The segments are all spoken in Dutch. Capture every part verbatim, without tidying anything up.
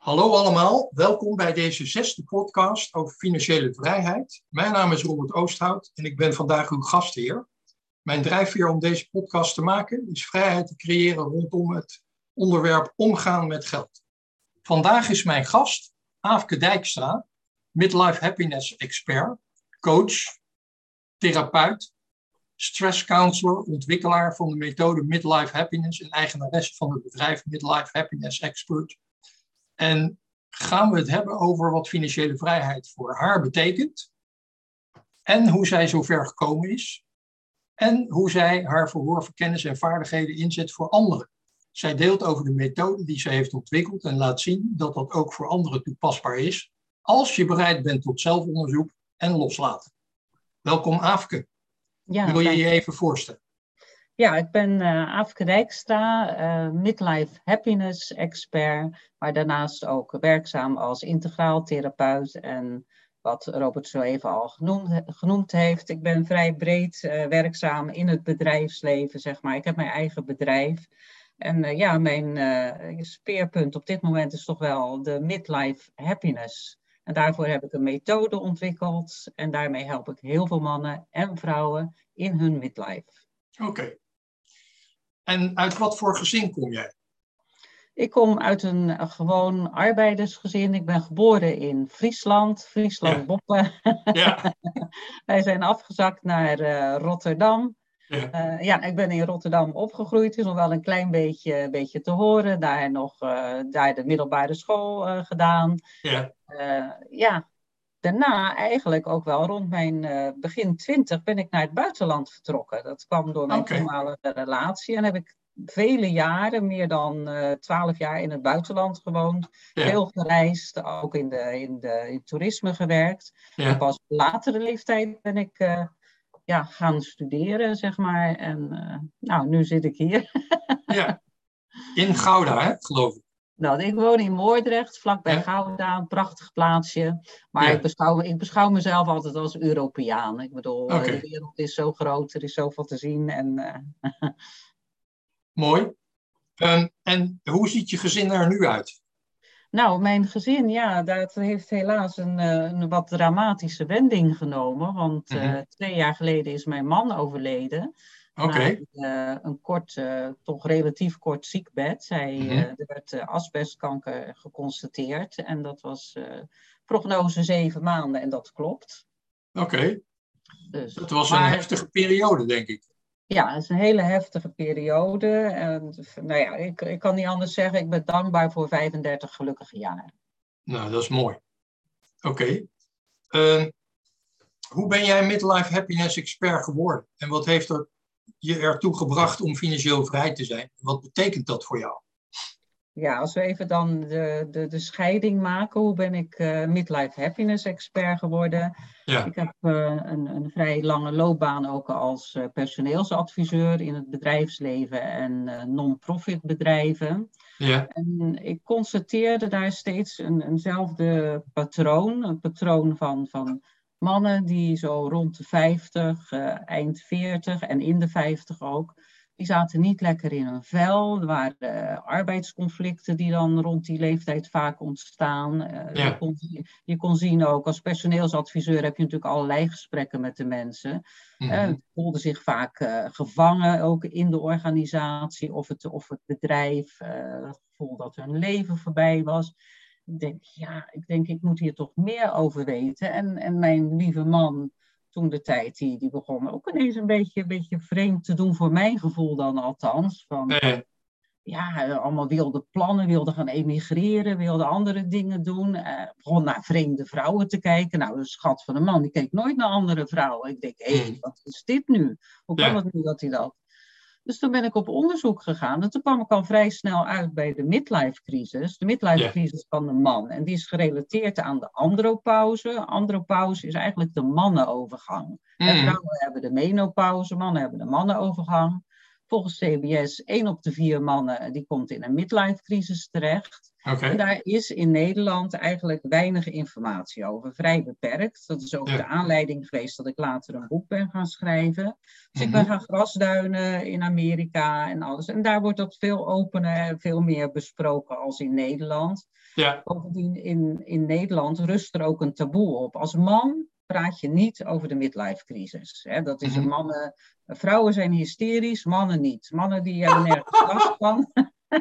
Hallo allemaal, welkom bij deze zesde podcast over financiële vrijheid. Mijn naam is Robert Oosthout en ik ben vandaag uw gastheer. Mijn drijfveer om deze podcast te maken is vrijheid te creëren rondom het onderwerp omgaan met geld. Vandaag is mijn gast Aafke Dijkstra, midlife happiness expert, coach, therapeut, stress counselor, ontwikkelaar van de methode Midlife Happiness en eigenaresse van het bedrijf Midlife Happiness Expert. En gaan we het hebben over wat financiële vrijheid voor haar betekent. En hoe zij zover gekomen is. En hoe zij haar verworven kennis en vaardigheden inzet voor anderen. Zij deelt over de methode die zij heeft ontwikkeld en laat zien dat dat ook voor anderen toepasbaar is. Als je bereid bent tot zelfonderzoek en loslaten. Welkom Aafke. Ja, Wil je je even voorstellen? Ja, ik ben uh, Aafke Dijkstra, uh, midlife happiness expert, maar daarnaast ook werkzaam als integraal therapeut en wat Robert zo even al genoemd, genoemd heeft. Ik ben vrij breed uh, werkzaam in het bedrijfsleven, zeg maar. Ik heb mijn eigen bedrijf. En uh, ja, mijn uh, speerpunt op dit moment is toch wel de midlife happiness. En daarvoor heb ik een methode ontwikkeld en daarmee help ik heel veel mannen en vrouwen in hun midlife. Oké. Okay. En uit wat voor gezin kom jij? Ik kom uit een uh, gewoon arbeidersgezin. Ik ben geboren in Friesland, Friesland-Boppen. Ja. Ja. Wij zijn afgezakt naar uh, Rotterdam. Ja. Uh, ja, ik ben in Rotterdam opgegroeid. Het is nog wel een klein beetje, beetje te horen. Daar nog uh, daar de middelbare school uh, gedaan. Ja. Uh, ja, daarna eigenlijk ook wel rond mijn uh, begin twintig ben ik naar het buitenland vertrokken. Dat kwam door mijn Okay. toenmalige relatie. En heb ik vele jaren, meer dan twaalf uh, jaar in het buitenland gewoond. Ja. Veel gereisd, ook in, de, in, de, in toerisme gewerkt. Ja. En pas op latere leeftijd ben ik uh, ja, gaan studeren, zeg maar. En uh, nou, nu zit ik hier. Ja, in Gouda, hè, geloof ik. Nou, ik woon in Moordrecht, vlakbij Ja. Gouda, een prachtig plaatsje. Maar Ja. ik, beschouw, ik beschouw mezelf altijd als Europeaan. Ik bedoel, Okay. de wereld is zo groot, er is zoveel te zien. En, uh... Mooi. Um, en hoe ziet je gezin er nu uit? Nou, mijn gezin, ja, dat heeft helaas een, een wat dramatische wending genomen. Want uh, mm-hmm. twee jaar geleden is mijn man overleden. Oké. Okay. Na uh, een kort, uh, toch relatief kort ziekbed. Hij, mm-hmm. uh, er werd uh, asbestkanker geconstateerd. En dat was uh, prognose zeven maanden en dat klopt. Oké. Okay. Dus, dat was maar, een heftige periode, denk ik. Ja, het is een hele heftige periode. En, nou ja, ik, ik kan niet anders zeggen. Ik ben dankbaar voor vijfendertig gelukkige jaren. Nou, dat is mooi. Oké. Okay. Uh, hoe ben jij midlife happiness expert geworden? En wat heeft er je ertoe gebracht om financieel vrij te zijn? Wat betekent dat voor jou? Ja, als we even dan de, de, de scheiding maken. Hoe ben ik uh, midlife happiness expert geworden? Ja. Ik heb uh, een, een vrij lange loopbaan ook als uh, personeelsadviseur in het bedrijfsleven en uh, non-profit bedrijven. Ja. En ik constateerde daar steeds een, eenzelfde patroon. Een patroon van, van mannen die zo rond de vijftig, uh, eind veertig en in de vijftig ook. Die zaten niet lekker in hun vel. Er waren uh, arbeidsconflicten die dan rond die leeftijd vaak ontstaan. Uh, ja. je, kon, je kon zien ook, als personeelsadviseur heb je natuurlijk allerlei gesprekken met de mensen. Mm-hmm. Uh, voelden zich vaak uh, gevangen, ook in de organisatie of het, of het bedrijf. Uh, het gevoel dat hun leven voorbij was. Ik denk, ja, ik denk, ik moet hier toch meer over weten. En, en mijn lieve man... Toen de tijd, die, die begon ook ineens een beetje, een beetje vreemd te doen, voor mijn gevoel dan althans. Van, nee. Ja, allemaal wilde plannen, wilde gaan emigreren, wilde andere dingen doen. Uh, begon naar vreemde vrouwen te kijken. Nou, de schat van een man, die keek nooit naar andere vrouwen. Ik denk, hé, hey, wat is dit nu? Hoe kan ja. het nu dat hij dat... Dus toen ben ik op onderzoek gegaan. En toen kwam ik al vrij snel uit bij de midlife crisis. De midlife crisis yeah. van de man. En die is gerelateerd aan de andropauze. Andropauze is eigenlijk de mannenovergang. Mm. En vrouwen hebben de menopauze, mannen hebben de mannenovergang. volgens C B S één op de vier mannen die komt in een midlife crisis terecht. Okay. En daar is in Nederland eigenlijk weinig informatie over, vrij beperkt. Dat is ook ja. de aanleiding geweest dat ik later een boek ben gaan schrijven. Dus mm-hmm. ik ben gaan grasduinen in Amerika en alles. En daar wordt dat veel opener, veel meer besproken als in Nederland. Ja. Bovendien in, in Nederland rust er ook een taboe op. Als man praat je niet over de midlife crisis. Hè? Dat is mm-hmm. mannen, vrouwen zijn hysterisch, mannen niet. Mannen die hebben nergens last van.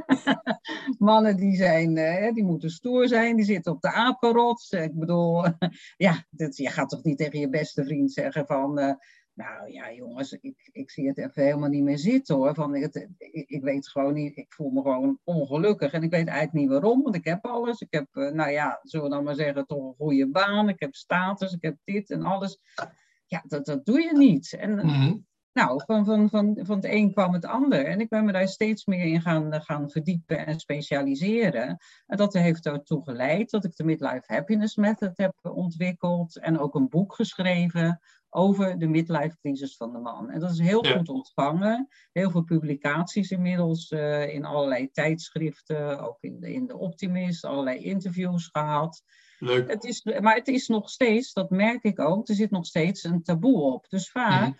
Mannen die zijn, uh, die moeten stoer zijn, die zitten op de apenrots. Ik bedoel, ja, dit, je gaat toch niet tegen je beste vriend zeggen van... Uh, nou ja, jongens, ik, ik zie het even helemaal niet meer zitten hoor. Van, het, ik, ik weet gewoon niet, ik voel me gewoon ongelukkig. En ik weet eigenlijk niet waarom, want ik heb alles. Ik heb, uh, nou ja, zullen we dan maar zeggen, toch een goede baan. Ik heb status, ik heb dit en alles. Ja, dat, dat doe je niet. En... Mm-hmm. Nou, van, van, van, van het een kwam het ander. En ik ben me daar steeds meer in gaan, gaan verdiepen en specialiseren. En dat heeft ertoe geleid dat ik de Midlife Happiness Method heb ontwikkeld. En ook een boek geschreven over de midlife crisis van de man. En dat is heel ja. goed ontvangen. Heel veel publicaties inmiddels uh, in allerlei tijdschriften. Ook in de, in de Optimist, allerlei interviews gehad. Leuk. Het is, maar het is nog steeds, dat merk ik ook, er zit nog steeds een taboe op. Dus vaak... Mm-hmm.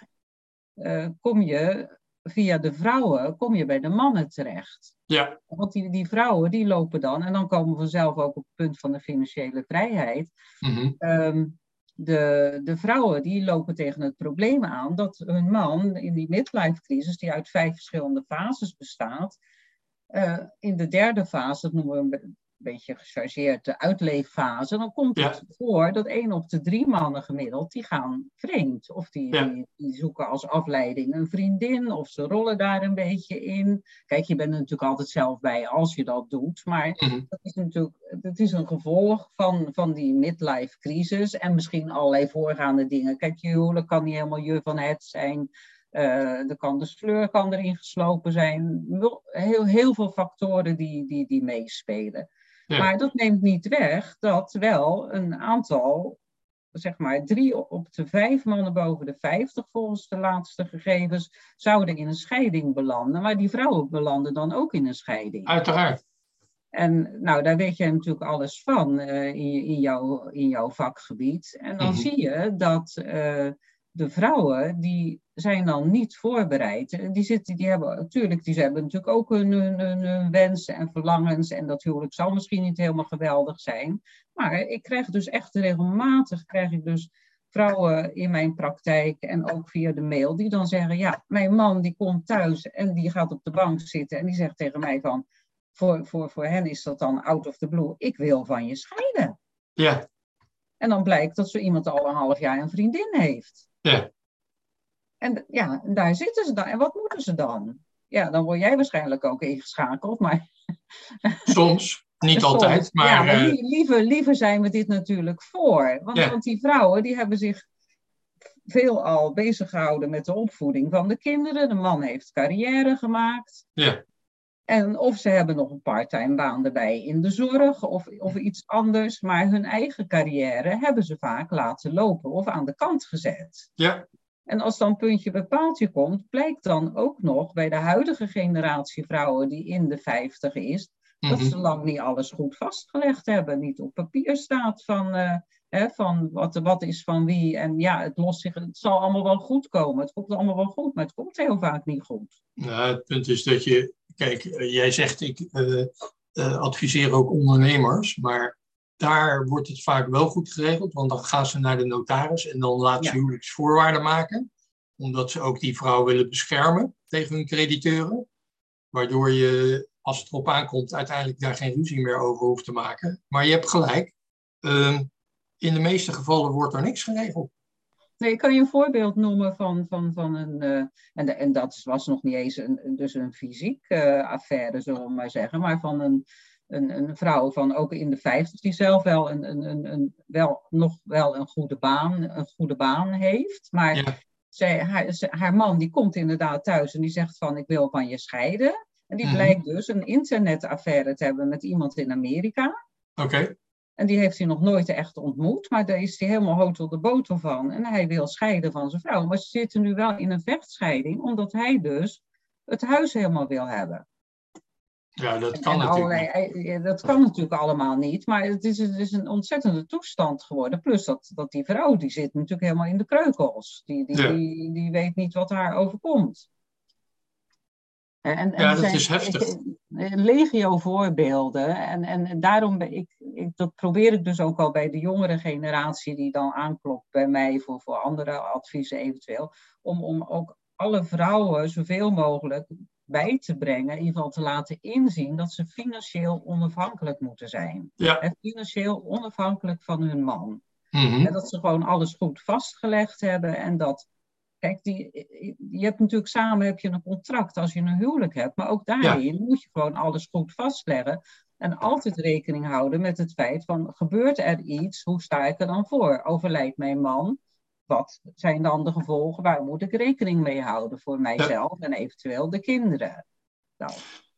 Uh, kom je via de vrouwen, kom je bij de mannen terecht. Ja. Want die, die vrouwen, die lopen dan, en dan komen we vanzelf ook op het punt van de financiële vrijheid. Mm-hmm. Um, de, de vrouwen, die lopen tegen het probleem aan dat hun man in die midlife crisis, die uit vijf verschillende fases bestaat, uh, in de derde fase, dat noemen we een beetje gechargeerd de uitleeffase, dan komt het ja. voor dat één op de drie mannen gemiddeld, die gaan vreemd. Of die, ja. die, die zoeken als afleiding een vriendin, of ze rollen daar een beetje in. Kijk, je bent er natuurlijk altijd zelf bij als je dat doet, maar mm-hmm. dat is natuurlijk dat is een gevolg van, van die midlife crisis en misschien allerlei voorgaande dingen. Kijk, je huwelijk kan niet helemaal je van het zijn. Uh, er kan de sleur kan erin geslopen zijn. Heel, heel veel factoren die, die, die meespelen. Ja. Maar dat neemt niet weg dat wel een aantal, zeg maar drie op de vijf mannen boven de vijftig volgens de laatste gegevens, zouden in een scheiding belanden. Maar die vrouwen belanden dan ook in een scheiding. Uiteraard. En nou, daar weet jij natuurlijk alles van uh, in, in, jouw, in jouw vakgebied. En dan mm-hmm. zie je dat uh, de vrouwen, die zijn dan niet voorbereid. Die, zitten, die hebben natuurlijk, die hebben natuurlijk ook hun, hun, hun, hun wensen en verlangens. En dat huwelijk zal misschien niet helemaal geweldig zijn. Maar ik krijg dus echt regelmatig, krijg ik dus vrouwen in mijn praktijk en ook via de mail, die dan zeggen, ja, mijn man die komt thuis en die gaat op de bank zitten en die zegt tegen mij van, voor, voor, voor hen is dat dan out of the blue, ik wil van je scheiden. Ja. En dan blijkt dat zo iemand al een half jaar een vriendin heeft. Ja. En ja, daar zitten ze dan. En wat moeten ze dan? Ja, dan word jij waarschijnlijk ook ingeschakeld, maar... Soms, niet Soms. altijd, maar... Ja, maar liever, liever zijn we dit natuurlijk voor. Want, ja. want die vrouwen, die hebben zich veelal bezig gehouden met de opvoeding van de kinderen. De man heeft carrière gemaakt. Ja. En of ze hebben nog een parttime baan erbij in de zorg of, of iets anders. Maar hun eigen carrière hebben ze vaak laten lopen of aan de kant gezet. Ja. En als dan puntje bij paaltje komt, blijkt dan ook nog bij de huidige generatie vrouwen die in de vijftig is, mm-hmm. dat ze lang niet alles goed vastgelegd hebben. Niet op papier staat van, uh, hè, van wat, wat is van wie. En ja, het lost zich, het zal allemaal wel goed komen. Het komt allemaal wel goed, maar het komt heel vaak niet goed. Nou, het punt is dat je, kijk, uh, jij zegt ik uh, uh, adviseer ook ondernemers, maar daar wordt het vaak wel goed geregeld, want dan gaan ze naar de notaris en dan laten ze ja. huwelijksvoorwaarden maken. Omdat ze ook die vrouw willen beschermen tegen hun crediteuren. Waardoor je, als het erop aankomt, uiteindelijk daar geen ruzie meer over hoeft te maken. Maar je hebt gelijk. Um, in de meeste gevallen wordt er niks geregeld. Nee, ik kan je een voorbeeld noemen van, van, van een... Uh, en, de, en dat was nog niet eens een, dus een fysiek uh, affaire, zullen we maar zeggen. Maar van een... Een, een vrouw van ook in de vijftig die zelf wel, een, een, een, een, wel nog wel een goede baan, een goede baan heeft. Maar ja. zij, haar, ze, haar man die komt inderdaad thuis en die zegt van ik wil van je scheiden. En die mm-hmm. blijkt dus een internetaffaire te hebben met iemand in Amerika. Oké. Okay. En die heeft hij nog nooit echt ontmoet. Maar daar is hij helemaal hotel de boter van. En hij wil scheiden van zijn vrouw. Maar ze zitten nu wel in een vechtscheiding omdat hij dus het huis helemaal wil hebben. Ja, dat kan en natuurlijk allerlei, niet. Dat kan natuurlijk allemaal niet, maar het is, het is een ontzettende toestand geworden. Plus dat, dat die vrouw, die zit natuurlijk helemaal in de kreukels. Die, die, ja. die, die weet niet wat haar overkomt. En, en Ja, er dat zijn is heftig. legio voorbeelden. En, en daarom, ben ik, ik, dat probeer ik dus ook al bij de jongere generatie die dan aanklopt bij mij voor, voor andere adviezen eventueel. Om, om ook alle vrouwen zoveel mogelijk bij te brengen, in ieder geval te laten inzien dat ze financieel onafhankelijk moeten zijn. Ja. En financieel onafhankelijk van hun man. Mm-hmm. En dat ze gewoon alles goed vastgelegd hebben en dat... Kijk, die, je hebt natuurlijk samen heb je een contract als je een huwelijk hebt. Maar ook daarin ja. moet je gewoon alles goed vastleggen. En altijd rekening houden met het feit van, gebeurt er iets? Hoe sta ik er dan voor? Overlijdt mijn man? Wat zijn dan de gevolgen? Waar moet ik rekening mee houden voor mijzelf ja. en eventueel de kinderen? Nou.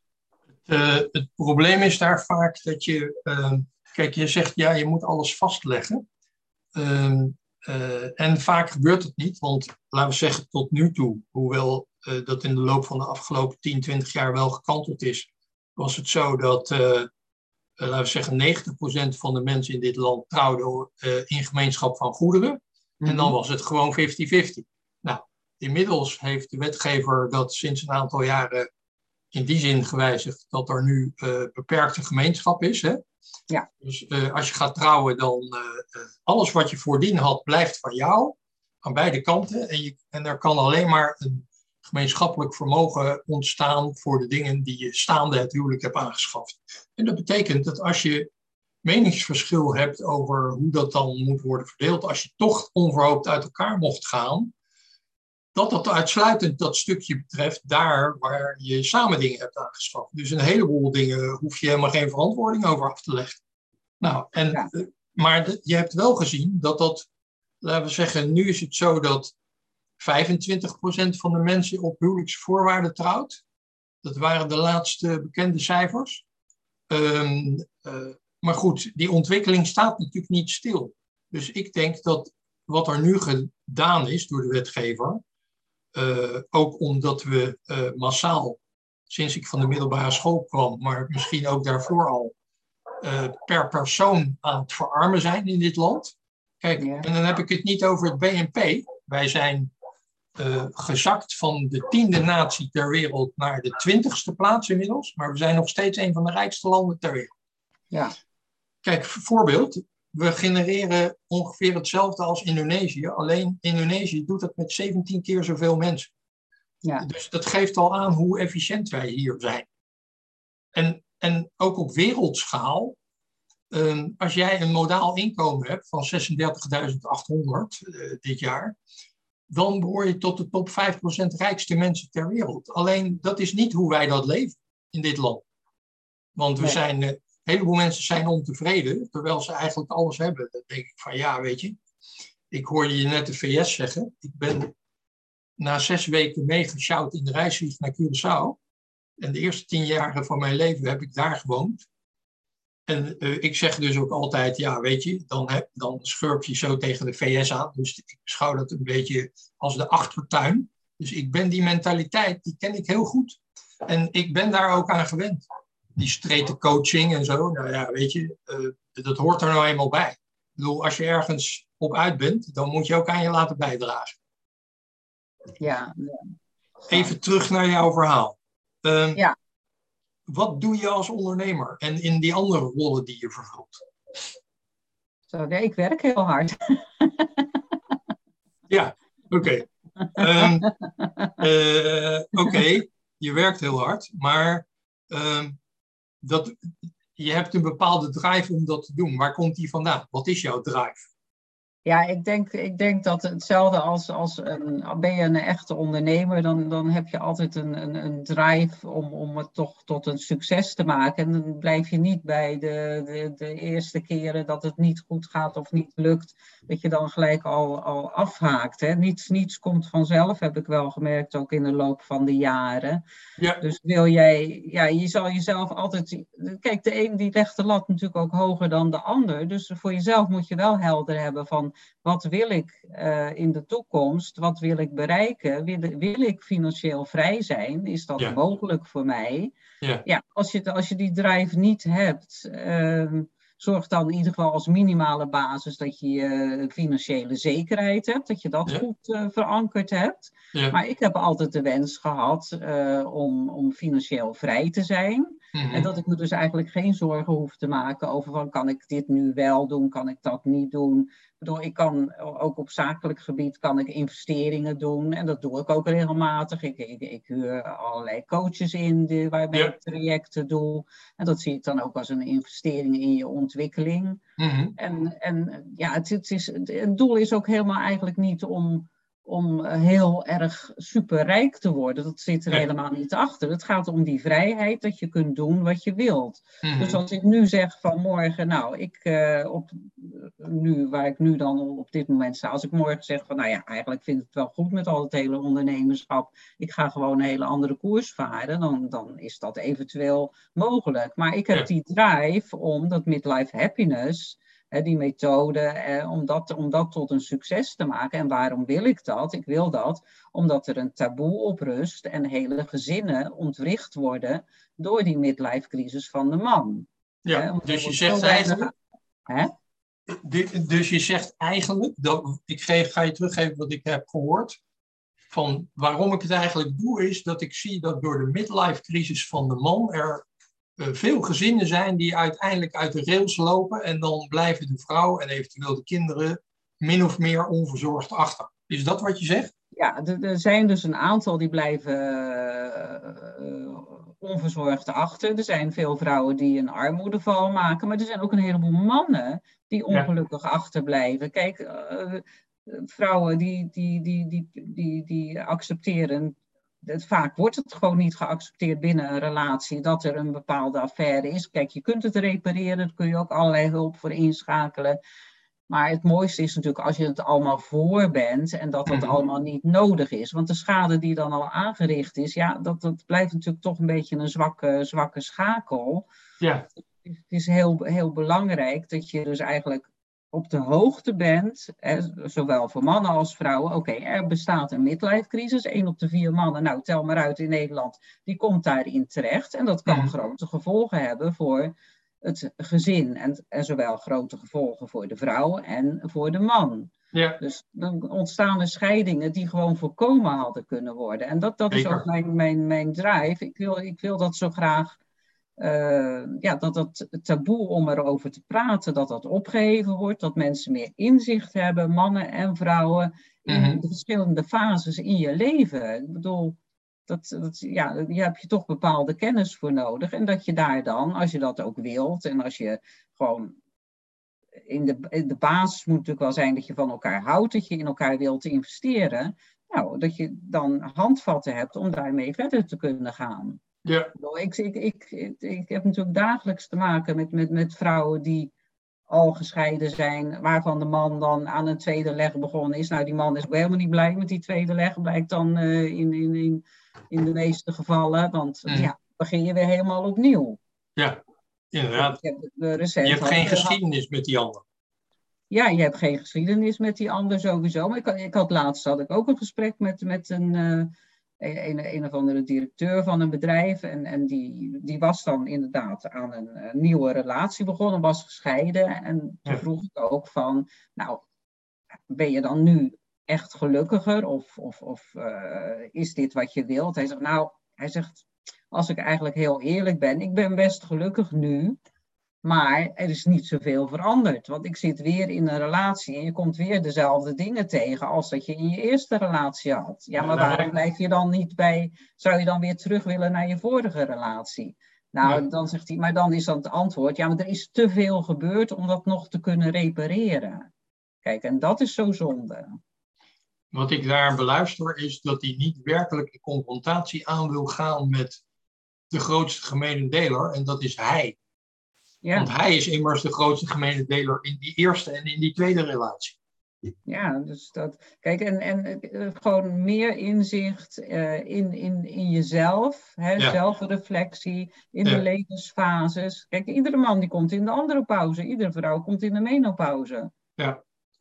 Uh, het probleem is daar vaak dat je... Uh, kijk, je zegt, ja, je moet alles vastleggen. Uh, Uh, en vaak gebeurt het niet, want laten we zeggen tot nu toe, hoewel uh, dat in de loop van de afgelopen tien, twintig jaar wel gekanteld is, was het zo dat, uh, uh, laten we zeggen, negentig procent van de mensen in dit land trouwden uh, in gemeenschap van goederen. Mm-hmm. En dan was het gewoon vijftig vijftig. Nou, inmiddels heeft de wetgever dat sinds een aantal jaren in die zin gewijzigd dat er nu uh, beperkte gemeenschap is, hè? Ja. Dus uh, als je gaat trouwen, dan uh, uh, alles wat je voordien had, blijft van jou. Aan beide kanten. En, je, en er kan alleen maar een gemeenschappelijk vermogen ontstaan voor de dingen die je staande het huwelijk hebt aangeschaft. En dat betekent dat als je meningsverschil hebt over hoe dat dan moet worden verdeeld, als je toch onverhoopt uit elkaar mocht gaan, dat dat uitsluitend dat stukje betreft daar waar je samen dingen hebt aangeschaft. Dus een heleboel dingen hoef je helemaal geen verantwoording over af te leggen. Nou, en, ja. Maar de, je hebt wel gezien dat dat, laten we zeggen, nu is het zo dat vijfentwintig procent van de mensen op huwelijksvoorwaarden trouwt. Dat waren de laatste bekende cijfers. Um, uh, maar goed, die ontwikkeling staat natuurlijk niet stil. Dus ik denk dat wat er nu gedaan is door de wetgever, Uh, ook omdat we uh, massaal, sinds ik van de middelbare school kwam, maar misschien ook daarvoor al, uh, per persoon aan het verarmen zijn in dit land. Kijk, ja. En dan heb ik het niet over het B N P. Wij zijn uh, gezakt van de tiende natie ter wereld naar de twintigste plaats inmiddels, maar we zijn nog steeds een van de rijkste landen ter wereld. Ja. Kijk, voorbeeld. We genereren ongeveer hetzelfde als Indonesië. Alleen Indonesië doet dat met zeventien keer zoveel mensen. Ja. Dus dat geeft al aan hoe efficiënt wij hier zijn. En, en ook op wereldschaal. Um, als jij een modaal inkomen hebt van zesendertigduizend achthonderd uh, dit jaar, dan behoor je tot de top vijf procent rijkste mensen ter wereld. Alleen dat is niet hoe wij dat leven in dit land. Want we nee. zijn... Uh, Een heleboel mensen zijn ontevreden, terwijl ze eigenlijk alles hebben. Dan denk ik van ja, weet je. Ik hoorde je net de V S zeggen. Ik ben na zes weken meegesjouwd in de reisvlieg naar Curaçao. En de eerste tien jaren van mijn leven heb ik daar gewoond. En uh, ik zeg dus ook altijd, ja, weet je, dan, heb, dan schurk je zo tegen de V S aan. Dus ik beschouw dat een beetje als de achtertuin. Dus ik ben die mentaliteit, die ken ik heel goed. En ik ben daar ook aan gewend. Die straighte coaching en zo, nou ja, weet je, uh, dat hoort er nou eenmaal bij. Ik bedoel, als je ergens op uit bent, dan moet je ook aan je laten bijdragen. Ja. ja. Even terug naar jouw verhaal. Um, ja. Wat doe je als ondernemer en in die andere rollen die je vervult? Zo, nee, ik werk heel hard. Ja, oké. Okay. Um, uh, oké, okay. Je werkt heel hard, maar um, dat, je hebt een bepaalde drive om dat te doen. Waar komt die vandaan? Wat is jouw drive? Ja, ik denk, ik denk dat hetzelfde als, als een, ben je een echte ondernemer, dan, dan heb je altijd een, een, een drive om, om het toch tot een succes te maken. En dan blijf je niet bij de, de, de eerste keren dat het niet goed gaat of niet lukt, dat je dan gelijk al, al afhaakt. Hè. Niets, niets komt vanzelf, heb ik wel gemerkt, ook in de loop van de jaren. Ja. Dus wil jij, ja, je zal jezelf altijd, kijk, de een die legt de lat natuurlijk ook hoger dan de ander. Dus voor jezelf moet je wel helder hebben van, van wat wil ik uh, in de toekomst, wat wil ik bereiken, wil, wil ik financieel vrij zijn, is dat Ja. mogelijk voor mij? Ja. Ja, als je, als je die drive niet hebt, uh, zorg dan in ieder geval als minimale basis dat je je financiële zekerheid hebt, dat je dat Ja. goed uh, verankerd hebt. Ja. Maar ik heb altijd de wens gehad uh, om, om financieel vrij te zijn. Mm-hmm. En dat ik me dus eigenlijk geen zorgen hoef te maken over van kan ik dit nu wel doen, kan ik dat niet doen. Ik bedoel, ik kan ook op zakelijk gebied kan ik investeringen doen en dat doe ik ook regelmatig. Ik, ik, ik huur allerlei coaches in die, waarmee Ja. ik trajecten doe. En dat zie ik dan ook als een investering in je ontwikkeling. Mm-hmm. En, en ja, het, het, is, het doel is ook helemaal eigenlijk niet om... om heel erg superrijk te worden. Dat zit er Nee. helemaal niet achter. Het gaat om die vrijheid dat je kunt doen wat je wilt. Mm-hmm. Dus als ik nu zeg van morgen, nou, ik, uh, op, nu, waar ik nu dan op dit moment sta, als ik morgen zeg van, nou ja, eigenlijk vind ik het wel goed met al het hele ondernemerschap, ik ga gewoon een hele andere koers varen, dan, dan is dat eventueel mogelijk. Maar ik heb Ja. die drive om dat midlife happiness, die methode, eh, om, dat, om dat tot een succes te maken. En waarom wil ik dat? Ik wil dat omdat er een taboe op rust en hele gezinnen ontwricht worden door die midlife crisis van de man. Ja, eh, dus je zegt eigenlijk... Hè? Dus je zegt eigenlijk, dat, ik geef, ga je teruggeven wat ik heb gehoord, van waarom ik het eigenlijk doe, is dat ik zie dat door de midlife crisis van de man er uh, veel gezinnen zijn die uiteindelijk uit de rails lopen en dan blijven de vrouw en eventueel de kinderen min of meer onverzorgd achter. Is dat wat je zegt? Ja, er, er zijn dus een aantal die blijven uh, onverzorgd achter. Er zijn veel vrouwen die een armoedeval maken, maar er zijn ook een heleboel mannen die ongelukkig ja. achterblijven. Kijk, uh, vrouwen die, die, die, die, die, die accepteren, vaak wordt het gewoon niet geaccepteerd binnen een relatie dat er een bepaalde affaire is. Kijk, je kunt het repareren, daar kun je ook allerlei hulp voor inschakelen. Maar het mooiste is natuurlijk als je het allemaal voor bent en dat dat mm-hmm. allemaal niet nodig is. Want de schade die dan al aangericht is, ja, dat, dat blijft natuurlijk toch een beetje een zwakke, zwakke schakel. Ja. Het is heel, heel belangrijk dat je dus eigenlijk op de hoogte bent, hè, zowel voor mannen als vrouwen. Oké, okay, er bestaat een midlife crisis. één op de vier mannen, nou tel maar uit in Nederland, die komt daarin terecht. En dat kan mm-hmm. grote gevolgen hebben voor het gezin. En, en zowel grote gevolgen voor de vrouw en voor de man. Ja. Dus dan ontstaan er scheidingen die gewoon voorkomen hadden kunnen worden. En dat, dat is ook mijn, mijn, mijn drive. Ik wil, ik wil dat zo graag, uh, ja, dat dat taboe om erover te praten, dat dat opgeheven wordt. Dat mensen meer inzicht hebben, mannen en vrouwen, in mm-hmm. de verschillende fases in je leven. Ik bedoel, Dat, dat, ja, daar heb je toch bepaalde kennis voor nodig. En dat je daar dan, als je dat ook wilt, en als je gewoon in de, in de basis moet natuurlijk wel zijn dat je van elkaar houdt, dat je in elkaar wilt investeren, nou, dat je dan handvatten hebt om daarmee verder te kunnen gaan. Ja. Ik, ik, ik, ik, ik heb natuurlijk dagelijks te maken met, met, met vrouwen die al gescheiden zijn, waarvan de man dan aan een tweede leg begonnen is. Nou, die man is helemaal niet blij met die tweede leg, blijkt dan uh, in, in, in, in de meeste gevallen. Want mm. ja, begin je weer helemaal opnieuw. Ja, inderdaad. Ik heb recent je hebt geen geschiedenis met die ander. Ja, je hebt geen geschiedenis met die ander sowieso. Maar ik, ik had laatst had ik ook een gesprek met, met een... Uh, Een, een of andere directeur van een bedrijf. En, en die, die was dan inderdaad aan een, een nieuwe relatie begonnen, was gescheiden. En toen ja. vroeg ik ook van, nou, ben je dan nu echt gelukkiger? Of, of, of uh, is dit wat je wilt? Hij zegt, nou, hij zegt, als ik eigenlijk heel eerlijk ben, ik ben best gelukkig nu. Maar er is niet zoveel veranderd. Want ik zit weer in een relatie en je komt weer dezelfde dingen tegen als dat je in je eerste relatie had. Ja, maar waarom blijf je dan niet bij, zou je dan weer terug willen naar je vorige relatie? Nou, ja. dan zegt hij, maar dan is dan het antwoord, ja, maar er is te veel gebeurd om dat nog te kunnen repareren. Kijk, en dat is zo zonde. Wat ik daar beluister is dat hij niet werkelijk de confrontatie aan wil gaan met de grootste gemene deler en dat is hij. Ja. Want hij is immers de grootste gemene deler in die eerste en in die tweede relatie. Ja, dus dat. Kijk, en, en uh, gewoon meer inzicht uh, in, in, in jezelf, hè, ja. zelfreflectie, in ja. de levensfases. Kijk, iedere man die komt in de andere pauze, iedere vrouw komt in de menopauze. Ja.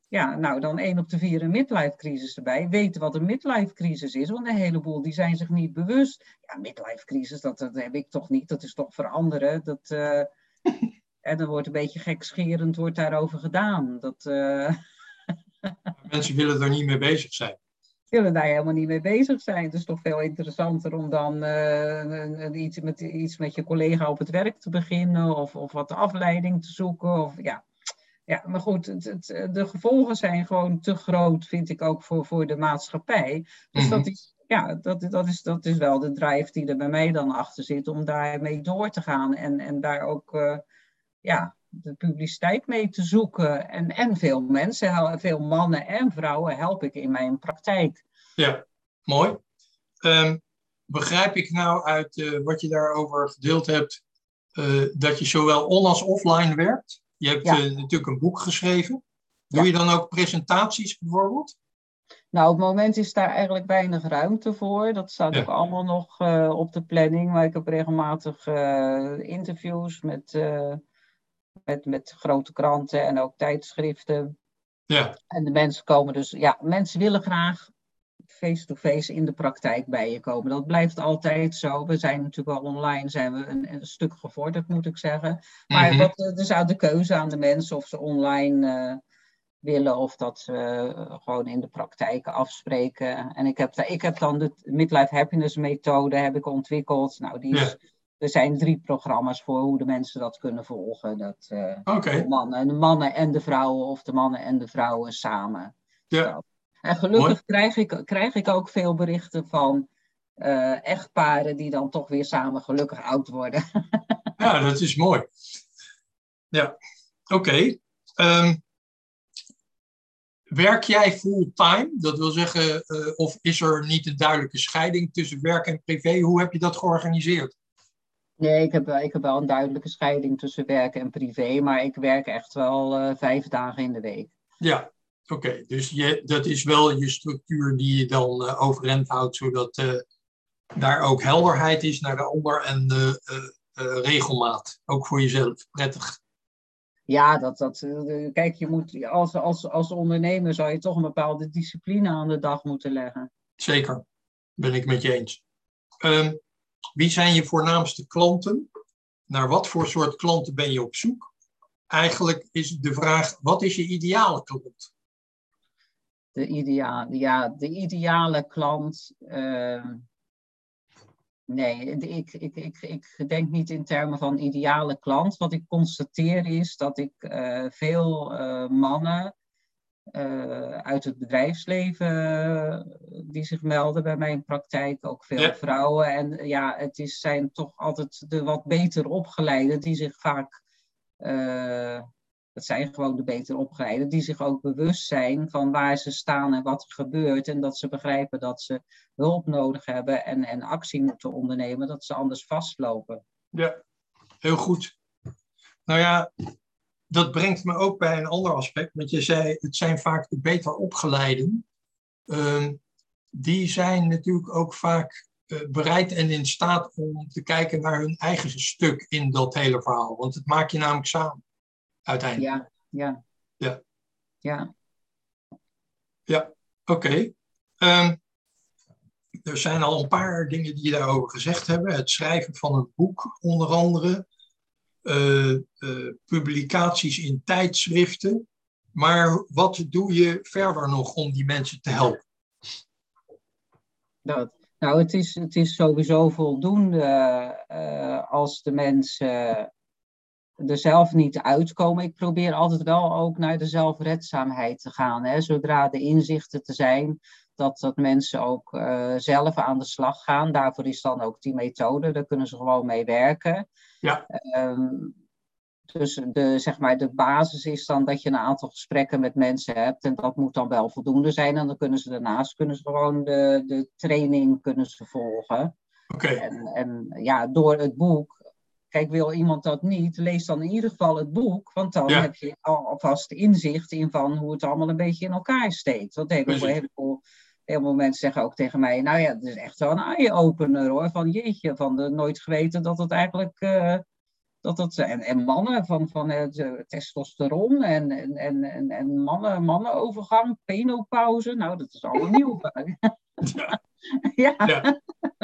Ja, nou dan één op de vier een midlife crisis erbij. Weten wat een midlife crisis is, want een heleboel die zijn zich niet bewust. Ja, midlife crisis, dat, dat heb ik toch niet. Dat is toch voor anderen. Dat, uh, en dan wordt een beetje gekscherend wordt daarover gedaan. Dat, uh... Mensen willen er niet mee bezig zijn. willen daar helemaal niet mee bezig zijn. Het is toch veel interessanter om dan uh, iets, met, iets met je collega op het werk te beginnen. Of, of wat afleiding te zoeken. Of, ja. Ja, maar goed, het, het, de gevolgen zijn gewoon te groot, vind ik ook, voor, voor de maatschappij. Dus mm-hmm. dat, is, ja, dat, dat, is, dat is wel de drive die er bij mij dan achter zit, om daarmee door te gaan. En, en daar ook uh, ja, de publiciteit mee te zoeken. En, en veel mensen, veel mannen en vrouwen help ik in mijn praktijk. Ja, mooi. Um, begrijp ik nou uit uh, wat je daarover gedeeld hebt, uh, dat je zowel on- als offline werkt? Je hebt ja. uh, natuurlijk een boek geschreven. Doe ja. je dan ook presentaties bijvoorbeeld? Nou, op het moment is daar eigenlijk weinig ruimte voor. Dat staat ja. ook allemaal nog uh, op de planning. Maar ik heb regelmatig uh, interviews met, uh, met, met grote kranten en ook tijdschriften. Ja. En de mensen komen dus... Ja, mensen willen graag face-to-face in de praktijk bij je komen. Dat blijft altijd zo. We zijn natuurlijk wel online, zijn we een, een stuk gevorderd, moet ik zeggen. Maar mm-hmm. wat, er is uit de keuze aan de mensen of ze online uh, willen of dat ze uh, gewoon in de praktijk afspreken. En ik heb, ik heb dan de Midlife Happiness methode heb ik ontwikkeld. Nou, die is, ja. Er zijn drie programma's voor hoe de mensen dat kunnen volgen. Dat, uh, okay. de, mannen, de mannen en de vrouwen of de mannen en de vrouwen samen. Ja. Dat. En gelukkig krijg ik, krijg ik ook veel berichten van uh, echtparen die dan toch weer samen gelukkig oud worden. Ja, dat is mooi. Ja, oké. Okay. Um, werk jij fulltime? Dat wil zeggen, uh, of is er niet een duidelijke scheiding tussen werk en privé? Hoe heb je dat georganiseerd? Nee, ik heb, ik heb wel een duidelijke scheiding tussen werk en privé, maar ik werk echt wel uh, vijf dagen in de week. Ja. Oké, okay, dus je, dat is wel je structuur die je dan uh, overeind houdt, zodat uh, daar ook helderheid is naar de ander en uh, uh, uh, regelmaat. Ook voor jezelf, prettig. Ja, dat, dat, uh, kijk, je moet, als, als, als ondernemer zou je toch een bepaalde discipline aan de dag moeten leggen. Zeker, ben ik met je eens. Uh, wie zijn je voornaamste klanten? Naar wat voor soort klanten ben je op zoek? Eigenlijk is de vraag, wat is je ideale klant? De, idea- ja, de ideale klant. Uh, nee, ik, ik, ik, ik denk niet in termen van ideale klant. Wat ik constateer is dat ik uh, veel uh, mannen uh, uit het bedrijfsleven uh, die zich melden bij mijn praktijk, ook veel ja. vrouwen. En ja, het is, zijn toch altijd de wat beter opgeleiden die zich vaak. Uh, Dat zijn gewoon de beter opgeleiden, die zich ook bewust zijn van waar ze staan en wat er gebeurt. En dat ze begrijpen dat ze hulp nodig hebben en, en actie moeten ondernemen, dat ze anders vastlopen. Ja, heel goed. Nou ja, dat brengt me ook bij een ander aspect. Want je zei, het zijn vaak de beter opgeleiden. Uh, die zijn natuurlijk ook vaak uh, bereid en in staat om te kijken naar hun eigen stuk in dat hele verhaal. Want het maak je namelijk samen. Uiteindelijk. Ja, ja. Ja. Ja, ja oké. Okay. Um, er zijn al een paar dingen die je daarover gezegd hebben. Het schrijven van een boek, onder andere. Uh, uh, publicaties in tijdschriften. Maar wat doe je verder nog om die mensen te helpen? Dat, nou, het is, het is sowieso voldoende uh, als de mensen er zelf niet uitkomen. Ik probeer altijd wel ook naar de zelfredzaamheid te gaan. Hè. Zodra de inzichten te zijn, dat, dat mensen ook uh, zelf aan de slag gaan. Daarvoor is dan ook die methode, daar kunnen ze gewoon mee werken. Ja. Um, dus de, zeg maar, de basis is dan dat je een aantal gesprekken met mensen hebt. En dat moet dan wel voldoende zijn. En dan kunnen ze daarnaast kunnen ze gewoon de, de training kunnen ze volgen. Oké. Okay. En, en ja, door het boek. Kijk, wil iemand dat niet, lees dan in ieder geval het boek. Want dan ja. heb je alvast inzicht in van hoe het allemaal een beetje in elkaar steekt. Want heel veel, heel veel, heel veel mensen zeggen ook tegen mij, nou ja, het is echt wel een eye-opener hoor. Van jeetje, van de nooit geweten dat het eigenlijk uh, Dat dat, en, en mannen van, van het uh, testosteron en, en, en, en mannen, mannenovergang, penopauze. Nou, dat is allemaal nieuw. Ja, ja. ja,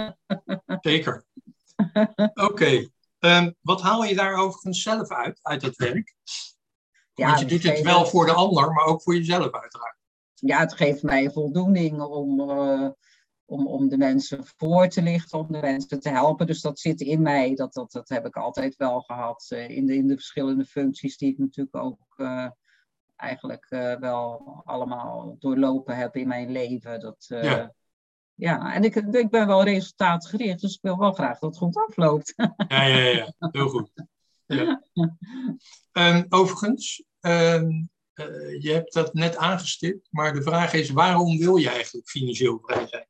zeker. Oké. Okay. Um, wat haal je daar overigens zelf uit, uit dat werk? Ja, Want je doet het wel voor de ander, maar ook voor jezelf uiteraard. Ja, het geeft mij voldoening om, uh, om, om de mensen voor te lichten, om de mensen te helpen. Dus dat zit in mij, dat, dat, dat heb ik altijd wel gehad uh, in, de, in de verschillende functies die ik natuurlijk ook uh, eigenlijk uh, wel allemaal doorlopen heb in mijn leven. Dat, uh, ja. ja, en ik, ik ben wel resultaatgericht, dus ik wil wel graag dat het goed afloopt. ja, ja, ja, heel goed. Ja. Um, overigens, um, uh, je hebt dat net aangestipt, maar de vraag is, waarom wil je eigenlijk financieel vrij zijn?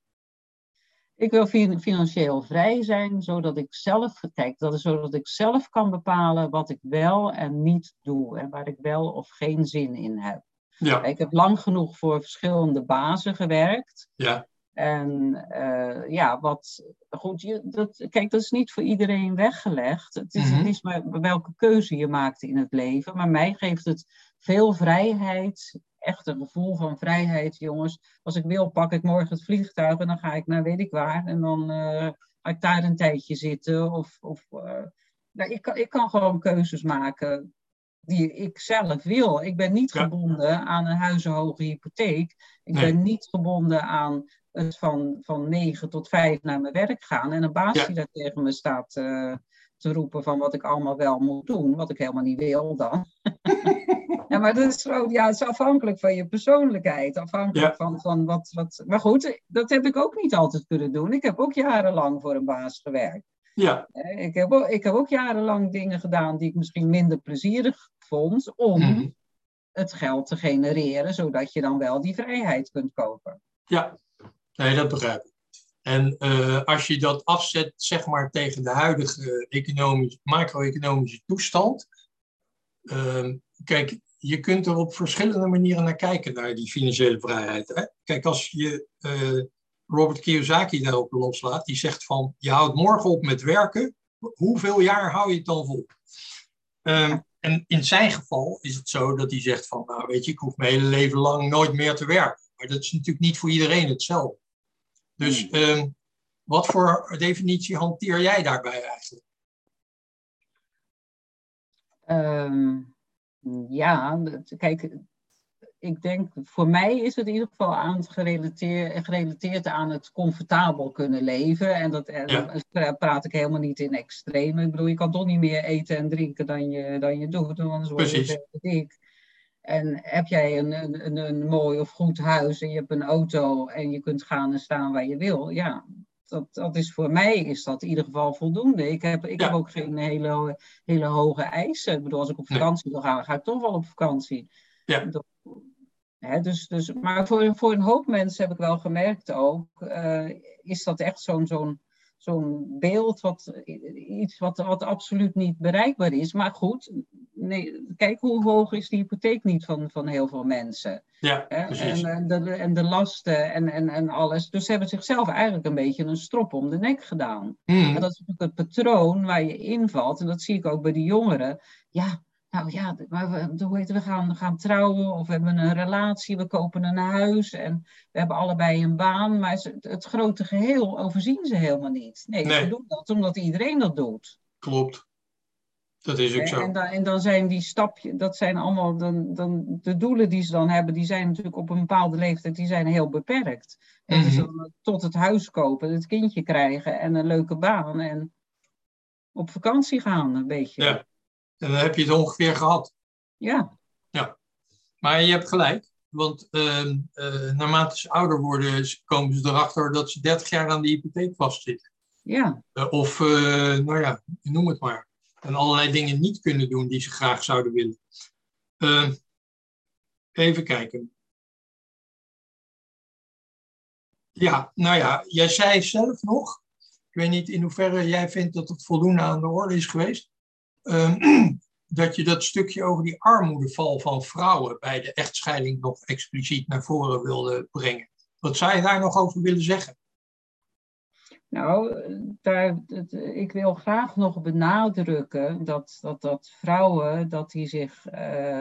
Ik wil financieel vrij zijn, zodat ik zelf, kijk, dat is zodat ik zelf kan bepalen wat ik wel en niet doe en waar ik wel of geen zin in heb. Ja. Ik heb lang genoeg voor verschillende bazen gewerkt. Ja. En uh, ja, wat goed, je, dat, kijk, dat is niet voor iedereen weggelegd. Het is, mm-hmm. het is maar welke keuze je maakt in het leven. Maar mij geeft het veel vrijheid, echt een gevoel van vrijheid, jongens. Als ik wil, pak ik morgen het vliegtuig en dan ga ik naar weet ik waar. En dan uh, ga ik daar een tijdje zitten. Of, of, uh, nou, ik, kan, ik kan gewoon keuzes maken die ik zelf wil. Ik ben niet gebonden ja. aan een huizenhoge hypotheek. Ik nee. ben niet gebonden aan het van, van negen tot vijf naar mijn werk gaan. En een baas ja. die daar tegen me staat uh, te roepen van wat ik allemaal wel moet doen. Wat ik helemaal niet wil dan. ja, maar dat is, zo, ja, het is afhankelijk van je persoonlijkheid. Afhankelijk ja. van, van wat, wat... Maar goed, dat heb ik ook niet altijd kunnen doen. Ik heb ook jarenlang voor een baas gewerkt. Ja. Ik heb, ook, ik heb ook jarenlang dingen gedaan die ik misschien minder plezierig vond om mm. het geld te genereren, zodat je dan wel die vrijheid kunt kopen. Ja, nee, dat begrijp ik. En uh, als je dat afzet, zeg maar, tegen de huidige economisch, macro-economische toestand. Uh, kijk, je kunt er op verschillende manieren naar kijken, naar die financiële vrijheid. Hè? Kijk, als je uh, Robert Kiyosaki daarop loslaat, die zegt van, je houdt morgen op met werken, hoeveel jaar hou je het dan vol? Uh, en in zijn geval is het zo dat hij zegt van, nou weet je, ik hoef mijn hele leven lang nooit meer te werken. Maar dat is natuurlijk niet voor iedereen hetzelfde. Dus uh, wat voor definitie hanteer jij daarbij eigenlijk? Um, ja, kijk, ik denk, voor mij is het in ieder geval aan het gerelateerd, gerelateerd aan het comfortabel kunnen leven. En dat ja. praat ik helemaal niet in extreme. Ik bedoel, je kan toch niet meer eten en drinken dan je, dan je doet, anders word je veel te dik. En heb jij een, een, een mooi of goed huis en je hebt een auto en je kunt gaan en staan waar je wil, ja, dat, dat is voor mij is dat in ieder geval voldoende. Ik heb, ik ja. heb ook geen hele, hele hoge eisen. Ik bedoel, als ik op vakantie wil gaan, dan ga ik toch wel op vakantie. Ja. Dat, hè, dus, dus, maar voor, voor een hoop mensen heb ik wel gemerkt ook, uh, is dat echt zo'n, zo'n, zo'n beeld, wat, iets wat, wat absoluut niet bereikbaar is. Maar goed, nee, kijk hoe hoog is die hypotheek niet van, van heel veel mensen. Ja, precies. En, en, de, en de lasten en, en, en alles. Dus ze hebben zichzelf eigenlijk een beetje een strop om de nek gedaan. Mm. En dat is natuurlijk het patroon waar je invalt. En dat zie ik ook bij de jongeren. Ja, nou ja, maar we, hoe heet het, we, gaan, we gaan trouwen of we hebben een relatie, we kopen een huis en we hebben allebei een baan. Maar het, het grote geheel overzien ze helemaal niet. Nee, nee, ze doen dat omdat iedereen dat doet. Klopt. Dat is ook zo. En dan, en dan zijn die stapjes, dat zijn allemaal, dan, dan, de doelen die ze dan hebben, die zijn natuurlijk op een bepaalde leeftijd, die zijn heel beperkt. En mm-hmm. dus dan tot het huis kopen, het kindje krijgen en een leuke baan en op vakantie gaan een beetje. Ja, en dan heb je het ongeveer gehad. Ja. Ja, maar je hebt gelijk, want uh, uh, naarmate ze ouder worden, komen ze erachter dat ze dertig jaar aan de hypotheek vastzitten. Ja. Uh, of, uh, nou ja, noem het maar. En allerlei dingen niet kunnen doen die ze graag zouden willen. Uh, even kijken. Ja, nou ja, jij zei zelf nog, ik weet niet in hoeverre jij vindt dat het voldoende aan de orde is geweest, uh, dat je dat stukje over die armoedeval van vrouwen bij de echtscheiding nog expliciet naar voren wilde brengen. Wat zou je daar nog over willen zeggen? Nou, daar, het, ik wil graag nog benadrukken dat, dat, dat vrouwen dat die zich uh,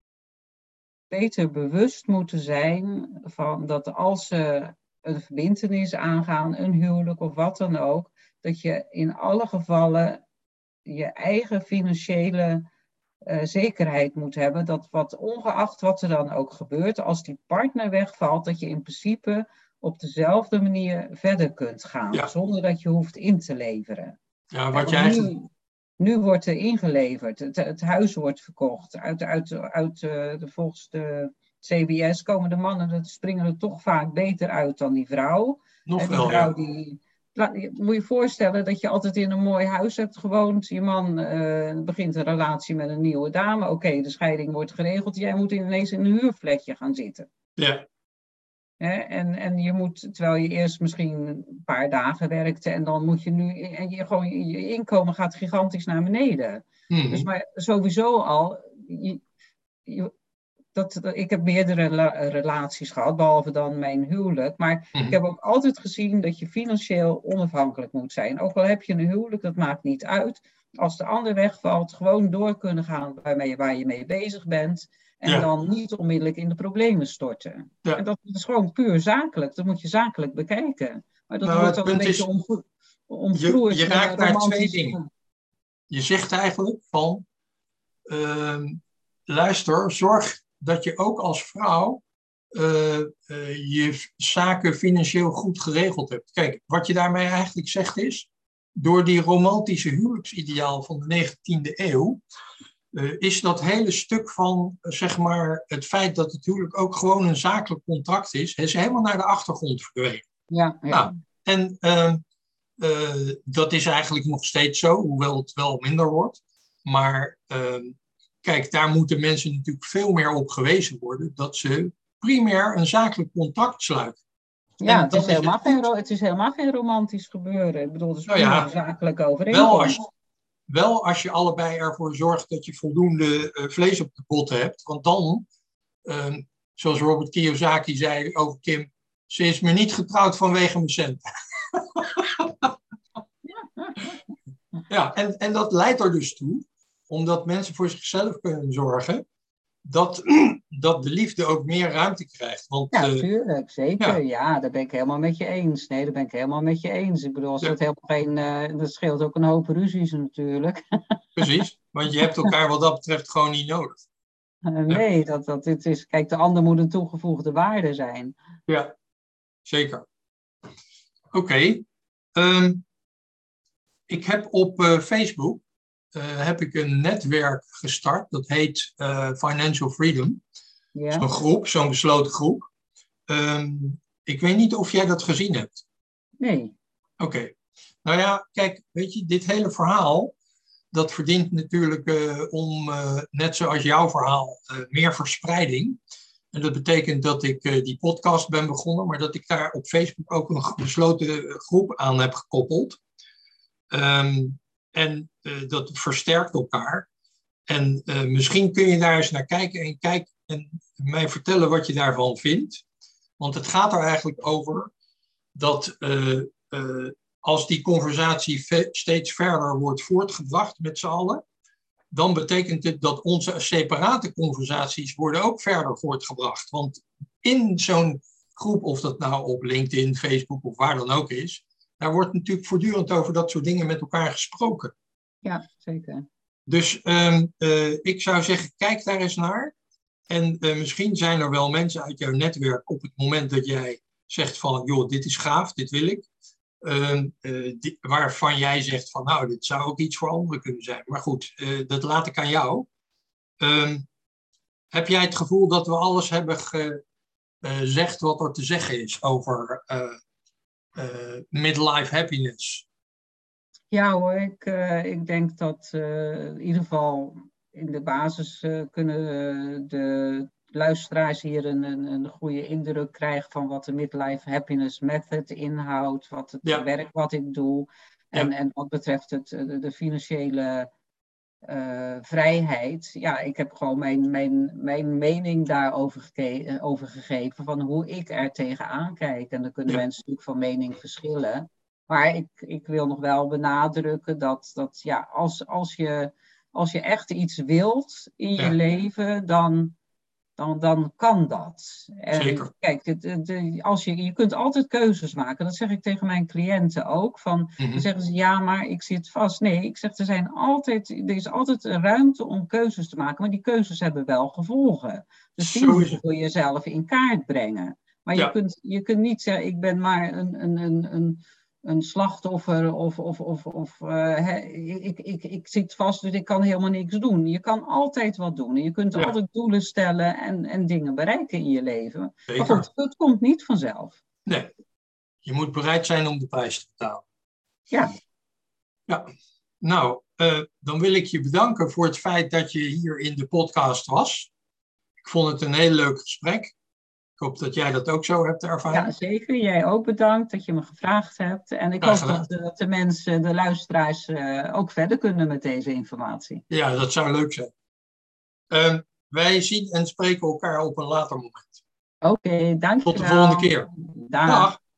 beter bewust moeten zijn van dat als ze een verbintenis aangaan, een huwelijk of wat dan ook, dat je in alle gevallen je eigen financiële uh, zekerheid moet hebben. Dat wat ongeacht wat er dan ook gebeurt, als die partner wegvalt, dat je in principe op dezelfde manier verder kunt gaan, ja. Zonder dat je hoeft in te leveren. Ja, wat je eigenlijk... nu, nu wordt er ingeleverd, het, het huis wordt verkocht. Uit, uit, uit, uh, de, volgens de C B S komen de mannen, dat springen er toch vaak beter uit dan die vrouw. Nog en die wel, vrouw ja. die... Je moet je voorstellen dat je altijd in een mooi huis hebt gewoond. Je man uh, begint een relatie met een nieuwe dame. Oké, okay, de scheiding wordt geregeld. Jij moet ineens in een huurflatje gaan zitten. Ja. He, en, en je moet, terwijl je eerst misschien een paar dagen werkte en dan moet je nu, en je, gewoon, je inkomen gaat gigantisch naar beneden. Mm-hmm. Dus maar sowieso al, je, je, dat, dat, ik heb meerdere la, relaties gehad, behalve dan mijn huwelijk. Maar mm-hmm. ik heb ook altijd gezien dat je financieel onafhankelijk moet zijn. Ook al heb je een huwelijk, dat maakt niet uit. Als de ander wegvalt, gewoon door kunnen gaan waarmee, waar je mee bezig bent. En ja. dan niet onmiddellijk in de problemen storten. Ja. En dat is gewoon puur zakelijk. Dat moet je zakelijk bekijken. Maar dat nou, wordt dan een beetje omvro- omvroerd. Je, je raakt naar twee dingen. Je zegt eigenlijk van... Uh, luister, zorg dat je ook als vrouw... Uh, uh, je zaken financieel goed geregeld hebt. Kijk, wat je daarmee eigenlijk zegt is... door die romantische huwelijksideaal van de negentiende eeuw... Uh, is dat hele stuk van, uh, zeg maar, het feit dat het huwelijk ook gewoon een zakelijk contract is, is helemaal naar de achtergrond verdwenen. Ja, ja. Nou, en uh, uh, dat is eigenlijk nog steeds zo, hoewel het wel minder wordt. Maar uh, kijk, daar moeten mensen natuurlijk veel meer op gewezen worden, dat ze primair een zakelijk contract sluiten. Ja, het is, helemaal is het, geen, het is helemaal geen romantisch gebeuren. Ik bedoel, het is nou ja, een zakelijke overeenkomst. Wel als, Wel als je allebei ervoor zorgt dat je voldoende uh, vlees op de botten hebt. Want dan, uh, zoals Robert Kiyosaki zei over Kim, ze is me niet getrouwd vanwege mijn cent. Ja, en, en dat leidt er dus toe, omdat mensen voor zichzelf kunnen zorgen, dat, dat de liefde ook meer ruimte krijgt. Want, ja, uh, tuurlijk, zeker. Ja. ja, daar ben ik helemaal met je eens. Nee, daar ben ik helemaal met je eens. Ik bedoel, als ja. dat helemaal geen, uh, dat scheelt ook een hoop ruzies natuurlijk. Precies, want je hebt elkaar wat dat betreft gewoon niet nodig. Uh, nee, ja. dat, dat dit is, kijk, de ander moet een toegevoegde waarde zijn. Ja, zeker. Oké. Okay. Um, ik heb op uh, Facebook uh, heb ik een netwerk gestart. Dat heet uh, Financial Freedom. Ja. Zo'n groep, zo'n besloten groep. Um, ik weet niet of jij dat gezien hebt. Nee. Oké. Okay. Nou ja, kijk, weet je, dit hele verhaal, dat verdient natuurlijk uh, om, uh, net zoals jouw verhaal, uh, meer verspreiding. En dat betekent dat ik uh, die podcast ben begonnen, maar dat ik daar op Facebook ook een besloten groep aan heb gekoppeld. Um, en uh, dat versterkt elkaar. En uh, misschien kun je daar eens naar kijken en, kijk, en mij vertellen wat je daarvan vindt. Want het gaat er eigenlijk over dat uh, uh, als die conversatie ve- steeds verder wordt voortgebracht met z'n allen, dan betekent het dat onze separate conversaties worden ook verder voortgebracht. Want in zo'n groep, of dat nou op LinkedIn, Facebook of waar dan ook is, daar wordt natuurlijk voortdurend over dat soort dingen met elkaar gesproken. Ja, zeker. Dus um, uh, ik zou zeggen, kijk daar eens naar. En uh, misschien zijn er wel mensen uit jouw netwerk op het moment dat jij zegt van, joh, dit is gaaf, dit wil ik. Uh, uh, die, waarvan jij zegt van, nou, dit zou ook iets voor anderen kunnen zijn. Maar goed, uh, dat laat ik aan jou. Um, heb jij het gevoel dat we alles hebben gezegd uh, wat er te zeggen is over uh, uh, midlife happiness? Ja hoor, ik, uh, ik denk dat uh, in ieder geval in de basis uh, kunnen uh, de luisteraars hier een, een, een goede indruk krijgen van wat de Midlife Happiness Method inhoudt, wat het ja. werk wat ik doe en, ja. en wat betreft het, de, de financiële uh, vrijheid. Ja, ik heb gewoon mijn, mijn, mijn mening daarover geke- over gegeven van hoe ik er tegenaan kijk. En dan kunnen ja. mensen natuurlijk van mening verschillen. Maar ik, ik wil nog wel benadrukken dat, dat ja, als, als, je, als je echt iets wilt in je Ja. leven, dan, dan, dan kan dat. En Zeker. kijk, het, het, de- als je, je kunt altijd keuzes maken. Dat zeg ik tegen mijn cliënten ook. Van, Mhm. dan zeggen ze, ja, maar ik zit vast. Nee, ik zeg, er, zijn altijd, er is altijd een ruimte om keuzes te maken. Maar die keuzes hebben wel gevolgen. Dus die Zo moet is je het. voor jezelf in kaart brengen. Maar je, Ja, kunt, je kunt niet zeggen, ik ben maar een, een, een, een, een slachtoffer of, of, of, of uh, hè, ik, ik, ik zit vast, dus ik kan helemaal niks doen. Je kan altijd wat doen. Je kunt ja, altijd doelen stellen en, en dingen bereiken in je leven. Maar zeker. goed, het komt niet vanzelf. Nee, je moet bereid zijn om de prijs te betalen. Ja, Ja, nou, uh, dan wil ik je bedanken voor het feit dat je hier in de podcast was. Ik vond het een heel leuk gesprek. Ik hoop dat jij dat ook zo hebt ervaren. ja, zeker. Jij ook bedankt dat je me gevraagd hebt. En ik Graag hoop dat, gedaan. dat de mensen, de luisteraars, uh, ook verder kunnen met deze informatie. Ja, dat zou leuk zijn. Uh, wij zien en spreken elkaar op een later moment. Oké, okay, dankjewel. Tot de volgende keer. Dag. Dag.